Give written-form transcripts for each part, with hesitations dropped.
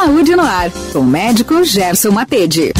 Saúde no Ar, com o médico Gerson Matede.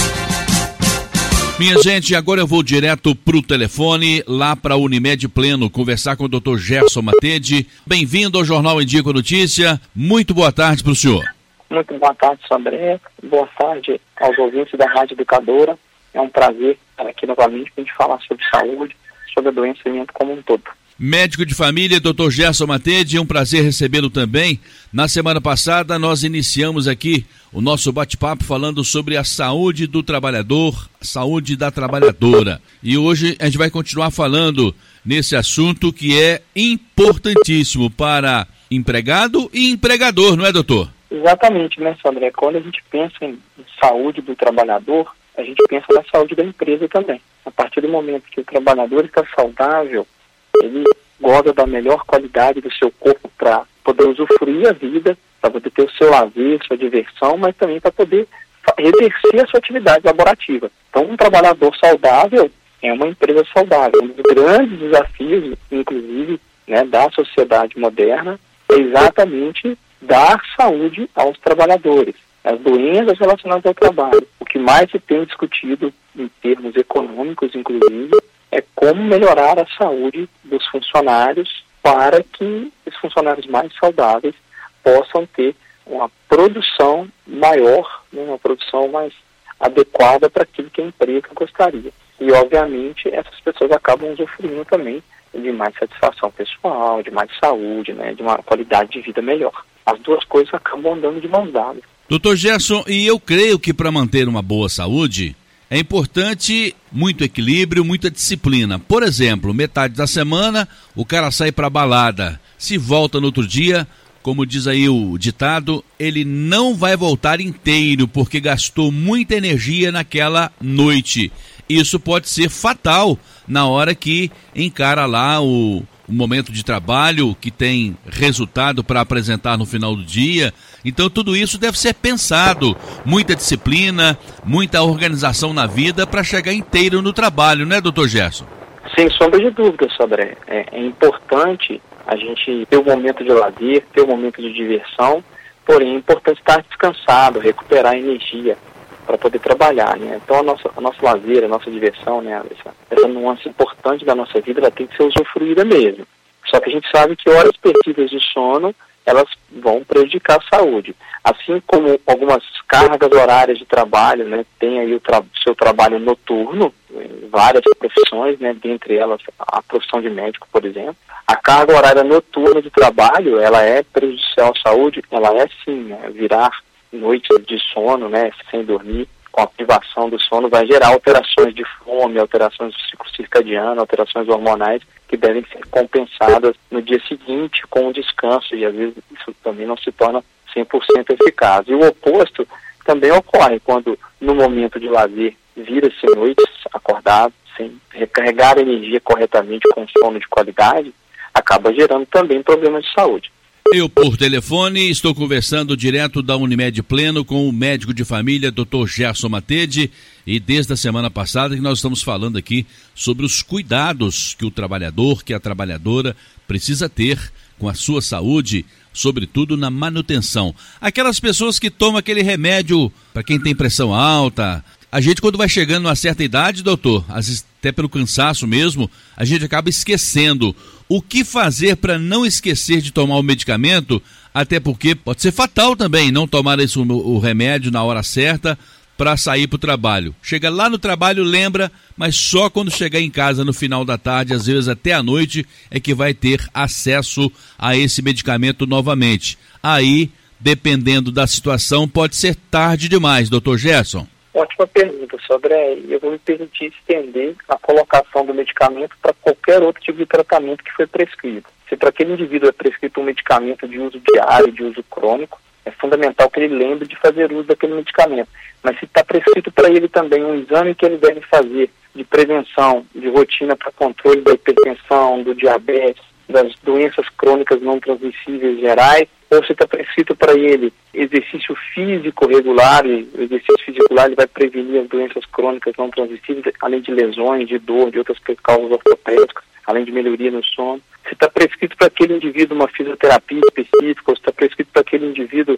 Minha gente, agora eu vou direto pro telefone, lá para Unimed Pleno, conversar com o Dr. Gerson Matede. Bem-vindo ao Jornal Em Dia com Notícia. Muito boa tarde para o senhor. Muito boa tarde, André. Boa tarde aos ouvintes da Rádio Educadora. É um prazer estar aqui novamente para a gente falar sobre saúde, sobre a doença como um todo. Médico de família, Dr. Gerson Matede, é um prazer recebê-lo também. Na semana passada nós iniciamos aqui o nosso bate-papo falando sobre a saúde do trabalhador, a saúde da trabalhadora. E hoje a gente vai continuar falando nesse assunto que é importantíssimo para empregado e empregador, não é, doutor? Exatamente, né, André? Quando a gente pensa em saúde do trabalhador, a gente pensa na saúde da empresa também. A partir do momento que o trabalhador está saudável, ele goza da melhor qualidade do seu corpo para poder usufruir a vida, para poder ter o seu lazer, sua diversão, mas também para poder exercer a sua atividade laborativa. Então, um trabalhador saudável é uma empresa saudável. Um dos grandes desafios, inclusive, né, da sociedade moderna é exatamente dar saúde aos trabalhadores. As doenças relacionadas ao trabalho. O que mais se tem discutido em termos econômicos, inclusive, é como melhorar a saúde dos funcionários para que os funcionários mais saudáveis possam ter uma produção maior, né, uma produção mais adequada para aquilo que a empresa gostaria. E, obviamente, essas pessoas acabam usufruindo também de mais satisfação pessoal, de mais saúde, né, de uma qualidade de vida melhor. As duas coisas acabam andando de mãos dadas. Doutor Gerson, e eu creio que para manter uma boa saúde é importante muito equilíbrio, muita disciplina. Por exemplo, metade da semana o cara sai para balada, se volta no outro dia, como diz aí o ditado, ele não vai voltar inteiro porque gastou muita energia naquela noite. Isso pode ser fatal na hora que encara lá o momento de trabalho, que tem resultado para apresentar no final do dia. Então tudo isso deve ser pensado, muita disciplina, muita organização na vida para chegar inteiro no trabalho, né, doutor Gerson? Sem sombra de dúvida, Sodré. É importante a gente ter um momento de lazer, ter um momento de diversão, porém é importante estar descansado, recuperar energia para poder trabalhar, né? Então a nosso lazer, a nossa diversão, né, essa nuance importante da nossa vida, ela tem que ser usufruída mesmo. Só que a gente sabe que horas perdidas de sono, elas vão prejudicar a saúde. Assim como algumas cargas horárias de trabalho, né, tem aí o seu trabalho noturno, várias profissões, né, dentre elas a profissão de médico, por exemplo. A carga horária noturna de trabalho, ela é prejudicial à saúde, ela é sim, né, virar noites de sono, né, sem dormir, com a privação do sono, vai gerar alterações de fome, alterações do ciclo circadiano, alterações hormonais que devem ser compensadas no dia seguinte com o descanso, e às vezes isso também não se torna 100% eficaz. E o oposto também ocorre quando, no momento de lazer, vira-se noites acordado, sem recarregar a energia corretamente com sono de qualidade, acaba gerando também problemas de saúde. Eu, por telefone, estou conversando direto da Unimed Pleno com o médico de família, Dr. Gerson Matede, e desde a semana passada que nós estamos falando aqui sobre os cuidados que o trabalhador, que a trabalhadora precisa ter com a sua saúde, sobretudo na manutenção. Aquelas pessoas que tomam aquele remédio para quem tem pressão alta. A gente, quando vai chegando a certa idade, doutor, às vezes até pelo cansaço mesmo, a gente acaba esquecendo. O que fazer para não esquecer de tomar o medicamento? Até porque pode ser fatal também não tomar o remédio na hora certa para sair para o trabalho. Chega lá no trabalho, lembra, mas só quando chegar em casa no final da tarde, às vezes até à noite, é que vai ter acesso a esse medicamento novamente. Aí, dependendo da situação, pode ser tarde demais, doutor Gerson. Ótima pergunta, Sodré. Eu vou me permitir estender a colocação do medicamento para qualquer outro tipo de tratamento que foi prescrito. Se para aquele indivíduo é prescrito um medicamento de uso diário, de uso crônico, é fundamental que ele lembre de fazer uso daquele medicamento. Mas se está prescrito para ele também um exame que ele deve fazer de prevenção, de rotina para controle da hipertensão, do diabetes, das doenças crônicas não transmissíveis gerais, ou se está prescrito para ele exercício físico regular, e o exercício físico regular ele vai prevenir as doenças crônicas não transmissíveis, além de lesões, de dor, de outras causas ortopédicas, além de melhoria no sono. Se está prescrito para aquele indivíduo uma fisioterapia específica, ou se está prescrito para aquele indivíduo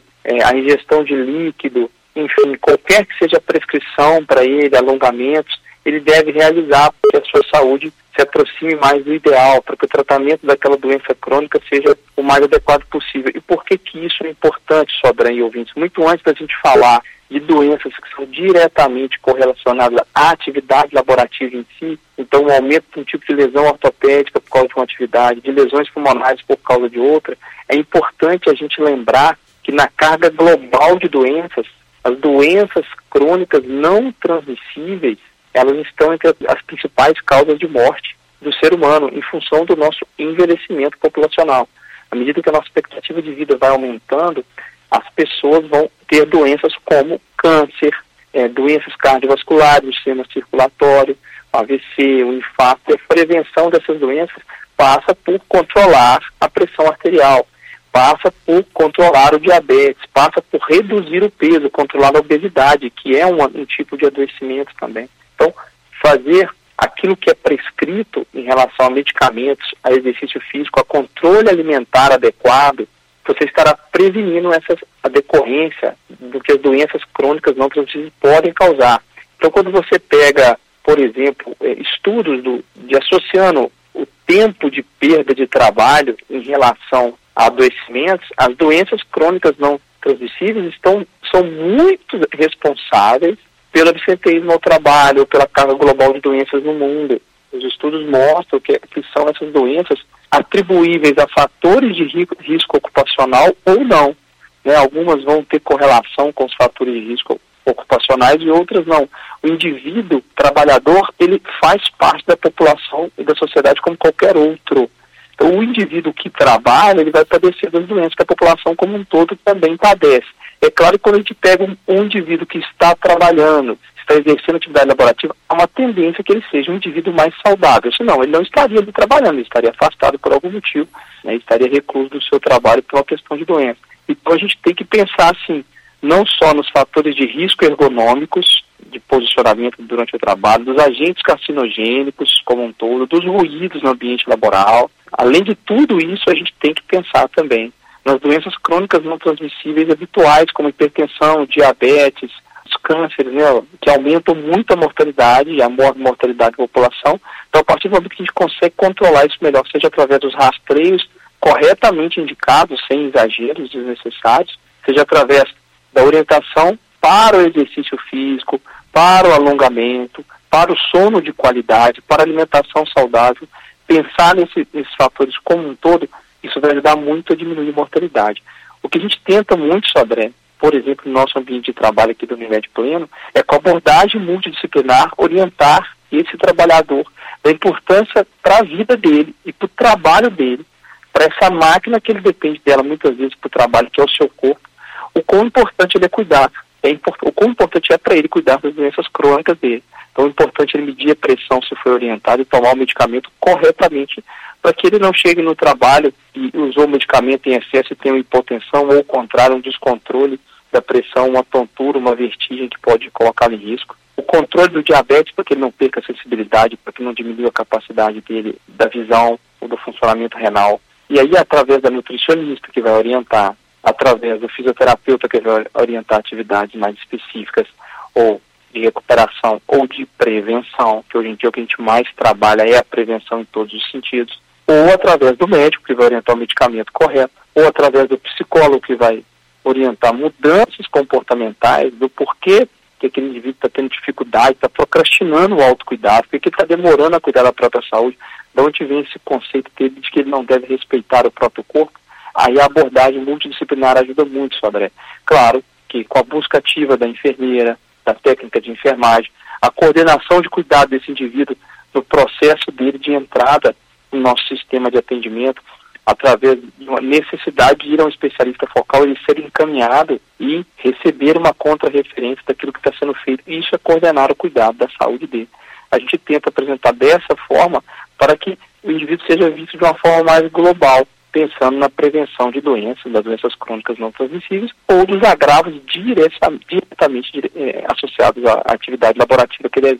a ingestão de líquido, enfim, qualquer que seja a prescrição para ele, alongamentos, ele deve realizar para que a sua saúde se aproxime mais do ideal, para que o tratamento daquela doença crônica seja o mais adequado possível. E por que isso é importante, Sodré e ouvintes? Muito antes da gente falar de doenças que são diretamente correlacionadas à atividade laborativa em si, então o aumento de um tipo de lesão ortopédica por causa de uma atividade, de lesões pulmonares por causa de outra, é importante a gente lembrar que na carga global de doenças, as doenças crônicas não transmissíveis, elas estão entre as principais causas de morte do ser humano, em função do nosso envelhecimento populacional. À medida que a nossa expectativa de vida vai aumentando, as pessoas vão ter doenças como câncer, doenças cardiovasculares, do sistema circulatório, o AVC, o infarto. E a prevenção dessas doenças passa por controlar a pressão arterial, passa por controlar o diabetes, passa por reduzir o peso, controlar a obesidade, que é um tipo de adoecimento também. Então, fazer aquilo que é prescrito em relação a medicamentos, a exercício físico, a controle alimentar adequado, você estará prevenindo a decorrência do que as doenças crônicas não transmissíveis podem causar. Então, quando você pega, por exemplo, estudos de associando o tempo de perda de trabalho em relação a adoecimentos, as doenças crônicas não transmissíveis são muito responsáveis pelo absenteísmo ao trabalho, ou pela carga global de doenças no mundo. Os estudos mostram que são essas doenças atribuíveis a fatores de risco ocupacional ou não. Algumas vão ter correlação com os fatores de risco ocupacionais e outras não. O indivíduo trabalhador, ele faz parte da população e da sociedade como qualquer outro. Então, o indivíduo que trabalha, ele vai padecer das doenças que a população como um todo também padece. É claro que quando a gente pega um indivíduo que está trabalhando, está exercendo atividade laborativa, há uma tendência que ele seja um indivíduo mais saudável. Senão, ele não estaria ali trabalhando, ele estaria afastado por algum motivo, estaria recluso do seu trabalho por uma questão de doença. Então, a gente tem que pensar, assim, não só nos fatores de risco ergonômicos, de posicionamento durante o trabalho, dos agentes carcinogênicos como um todo, dos ruídos no ambiente laboral. Além de tudo isso, a gente tem que pensar também nas doenças crônicas não transmissíveis habituais, como hipertensão, diabetes, os cânceres, que aumentam muito a mortalidade e a mortalidade da população. Então, a partir do momento que a gente consegue controlar isso melhor, seja através dos rastreios corretamente indicados, sem exageros desnecessários, seja através da orientação para o exercício físico, para o alongamento, para o sono de qualidade, para a alimentação saudável, pensar nesses fatores como um todo, isso vai ajudar muito a diminuir a mortalidade. O que a gente tenta muito, Sodré, por exemplo, no nosso ambiente de trabalho aqui do Unimed Pleno, é com a abordagem multidisciplinar orientar esse trabalhador da importância para a vida dele e para o trabalho dele, para essa máquina que ele depende dela muitas vezes para o trabalho, que é o seu corpo, o quão importante ele é cuidar, o quão importante é para ele cuidar das doenças crônicas dele. Então é importante ele medir a pressão se for orientado e tomar o medicamento corretamente para que ele não chegue no trabalho e usou o medicamento em excesso e tenha uma hipotensão ou, ao contrário, um descontrole da pressão, uma tontura, uma vertigem que pode colocá-lo em risco. O controle do diabetes para que ele não perca a sensibilidade, para que não diminua a capacidade dele da visão ou do funcionamento renal. E aí, através da nutricionista que vai orientar, através do fisioterapeuta que vai orientar atividades mais específicas ou de recuperação ou de prevenção, que hoje em dia o que a gente mais trabalha é a prevenção em todos os sentidos, ou através do médico que vai orientar o medicamento correto, ou através do psicólogo que vai orientar mudanças comportamentais, do porquê que aquele indivíduo está tendo dificuldade, está procrastinando o autocuidado, porque está demorando a cuidar da própria saúde, de onde vem esse conceito dele de que ele não deve respeitar o próprio corpo. Aí a abordagem multidisciplinar ajuda muito, Sodré. Claro que com a busca ativa da enfermeira, da técnica de enfermagem, a coordenação de cuidado desse indivíduo no processo dele de entrada no nosso sistema de atendimento, através de uma necessidade de ir a um especialista focal, ele ser encaminhado e receber uma contra-referência daquilo que está sendo feito. Isso é coordenar o cuidado da saúde dele. A gente tenta apresentar dessa forma para que o indivíduo seja visto de uma forma mais global, pensando na prevenção de doenças, das doenças crônicas não transmissíveis ou dos agravos diretamente associados à atividade laborativa que ele exerce.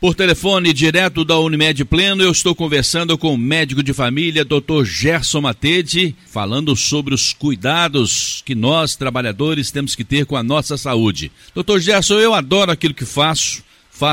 Por telefone, direto da Unimed Pleno, eu estou conversando com o médico de família, Dr. Gerson Matede, falando sobre os cuidados que nós, trabalhadores, temos que ter com a nossa saúde. Dr. Gerson, eu adoro aquilo que faço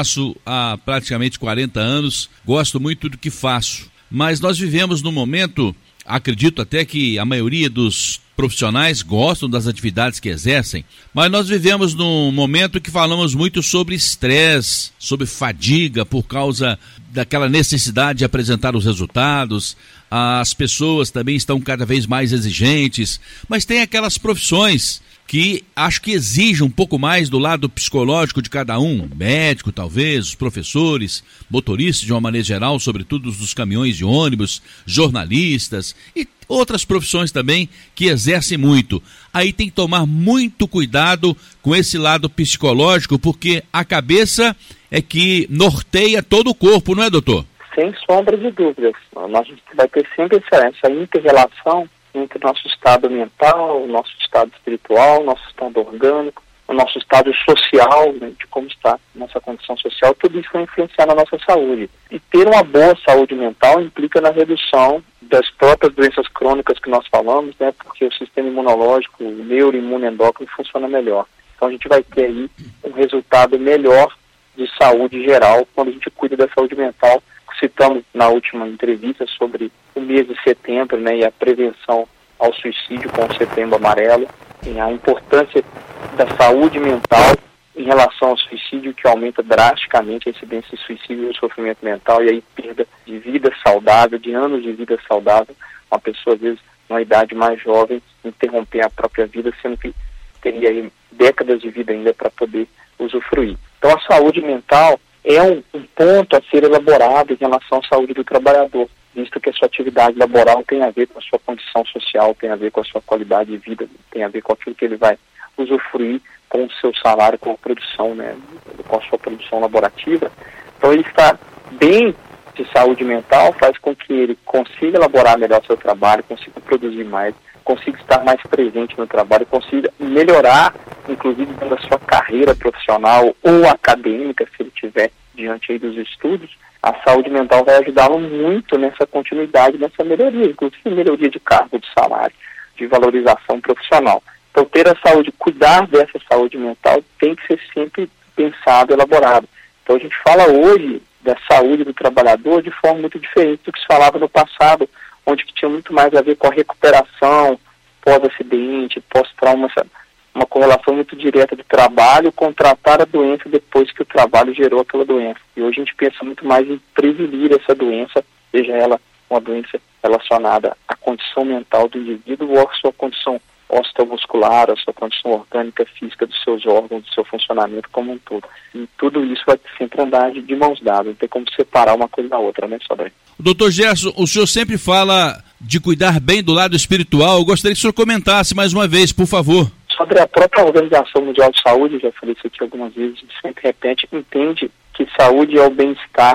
há praticamente 40 anos, gosto muito do que faço, mas nós vivemos num momento, acredito até que a maioria dos profissionais gostam das atividades que exercem, mas nós vivemos num momento que falamos muito sobre estresse, sobre fadiga por causa daquela necessidade de apresentar os resultados. As pessoas também estão cada vez mais exigentes, mas tem aquelas profissões que acho que exigem um pouco mais do lado psicológico de cada um, médico talvez, os professores, motoristas de uma maneira geral, sobretudo dos caminhões de ônibus, jornalistas e outras profissões também que exercem muito. Aí tem que tomar muito cuidado com esse lado psicológico, porque a cabeça é que norteia todo o corpo, não é, doutor? Sem sombra de dúvidas. A gente vai ter sempre essa inter-relação entre o nosso estado mental, o nosso estado espiritual, o nosso estado orgânico, o nosso estado social, né, de como está a nossa condição social, tudo isso vai influenciar na nossa saúde. E ter uma boa saúde mental implica na redução das próprias doenças crônicas que nós falamos, né, porque o sistema imunológico, o neuroimunoendócrino funciona melhor. Então a gente vai ter aí um resultado melhor de saúde geral quando a gente cuida da saúde mental. Citamos na última entrevista sobre o mês de setembro, né, e a prevenção ao suicídio com o Setembro Amarelo, e a importância da saúde mental em relação ao suicídio, que aumenta drasticamente a incidência de suicídio e o sofrimento mental, e aí perda de vida saudável, de anos de vida saudável, uma pessoa às vezes numa idade mais jovem interromper a própria vida, sendo que teria aí décadas de vida ainda para poder usufruir. Então a saúde mental é um ponto a ser elaborado em relação à saúde do trabalhador, visto que a sua atividade laboral tem a ver com a sua condição social, tem a ver com a sua qualidade de vida, tem a ver com aquilo que ele vai usufruir com o seu salário, com a produção, né, com a sua produção laborativa. Então ele está bem de saúde mental, faz com que ele consiga elaborar melhor seu trabalho, consiga produzir mais, consiga estar mais presente no trabalho, consiga melhorar, inclusive, da sua carreira profissional ou acadêmica, se ele tiver diante aí dos estudos. A saúde mental vai ajudá-lo muito nessa continuidade, nessa melhoria, inclusive melhoria de cargo, de salário, de valorização profissional. Então, ter a saúde, cuidar dessa saúde mental tem que ser sempre pensado, elaborado. Então, a gente fala hoje da saúde do trabalhador de forma muito diferente do que se falava no passado, onde que tinha muito mais a ver com a recuperação pós-acidente, pós-trauma, uma correlação muito direta do trabalho com tratar a doença depois que o trabalho gerou aquela doença. E hoje a gente pensa muito mais em prevenir essa doença, seja ela uma doença relacionada à condição mental do indivíduo ou à sua condição osteomuscular, a sua condição orgânica, física dos seus órgãos, do seu funcionamento como um todo. E tudo isso vai sempre andar de mãos dadas, não tem como separar uma coisa da outra, né, Sodré? Doutor Gerson, o senhor sempre fala de cuidar bem do lado espiritual. Eu gostaria que o senhor comentasse mais uma vez, por favor. Sodré, a própria Organização Mundial de Saúde, já falei isso aqui algumas vezes, sempre repete, entende que saúde é o bem-estar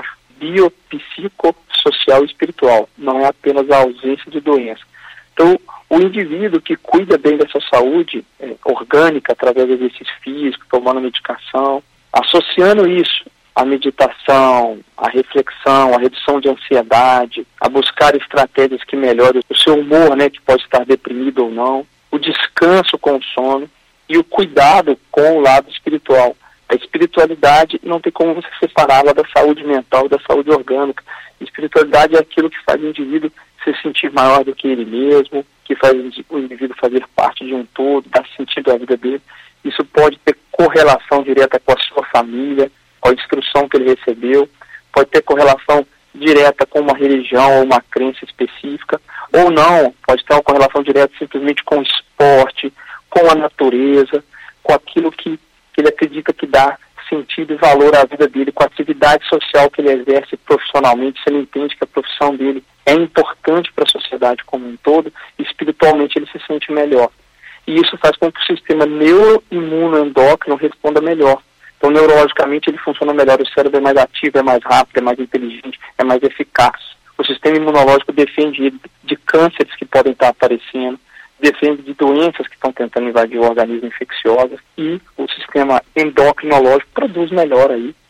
biopsicossocial e espiritual, não é apenas a ausência de doença. Então, o indivíduo que cuida bem da sua saúde orgânica, através do exercício físico, tomando medicação, associando isso à meditação, à reflexão, à redução de ansiedade, a buscar estratégias que melhorem o seu humor, né, que pode estar deprimido ou não, o descanso com o sono e o cuidado com o lado espiritual. A espiritualidade não tem como você separá-la da saúde mental, da saúde orgânica. A espiritualidade é aquilo que faz o indivíduo se sentir maior do que ele mesmo, que faz o indivíduo fazer parte de um todo, dar sentido à vida dele. Isso pode ter correlação direta com a sua família, com a instrução que ele recebeu, pode ter correlação direta com uma religião ou uma crença específica, ou não, pode ter uma correlação direta simplesmente com o esporte, com a natureza, com aquilo que ele acredita que dá sentido e valor à vida dele, com a atividade social que ele exerce profissionalmente, se ele entende que a profissão dele é importante para a sociedade como um todo, e espiritualmente ele se sente melhor. E isso faz com que o sistema neuroimunoendócrino responda melhor. Então, neurologicamente, ele funciona melhor, o cérebro é mais ativo, é mais rápido, é mais inteligente, é mais eficaz. O sistema imunológico defende ele de cânceres que podem estar aparecendo, defende de doenças que estão tentando invadir o organismo infeccioso, e o sistema endocrinológico produz melhor aí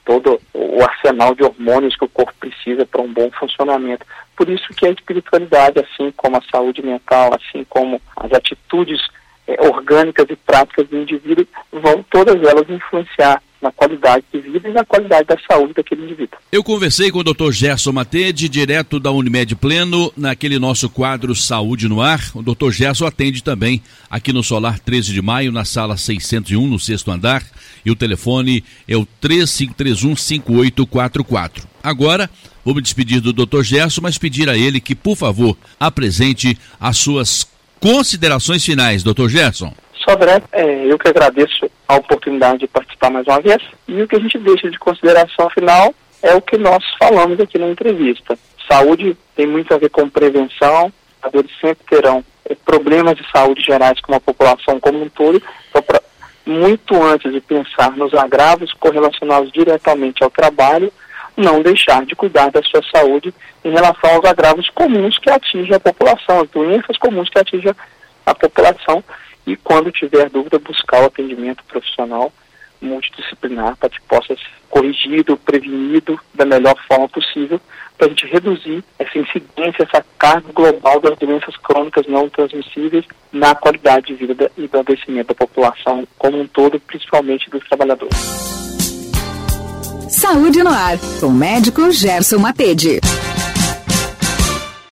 todo o arsenal de hormônios que o corpo precisa para um bom funcionamento. Por isso que a espiritualidade, assim como a saúde mental, assim como as atitudes orgânicas e práticas do indivíduo, vão todas elas influenciar na qualidade de vida e na qualidade da saúde daquele indivíduo. Eu conversei com o Dr. Gerson Matede, direto da Unimed Pleno, naquele nosso quadro Saúde no Ar. O Dr. Gerson atende também aqui no Solar 13 de Maio, na sala 601, no 6º andar, e o telefone é o 3531-5844. Agora, vou me despedir do Dr. Gerson, mas pedir a ele que, por favor, apresente as suas considerações finais, Dr. Gerson. Sodré, eu que agradeço a oportunidade de participar mais uma vez, e o que a gente deixa de consideração final é o que nós falamos aqui na entrevista. Saúde tem muito a ver com prevenção, os trabalhadores sempre terão problemas de saúde gerais com a população como um todo, então, muito antes de pensar nos agravos correlacionados diretamente ao trabalho, não deixar de cuidar da sua saúde em relação aos agravos comuns que atingem a população, as doenças comuns que atingem a população, e quando tiver dúvida, buscar o atendimento profissional multidisciplinar para que possa ser corrigido, prevenido da melhor forma possível, para a gente reduzir essa incidência, essa carga global das doenças crônicas não transmissíveis na qualidade de vida e do adoecimento da população como um todo, principalmente dos trabalhadores. Saúde no Ar, com o médico Gerson Matede.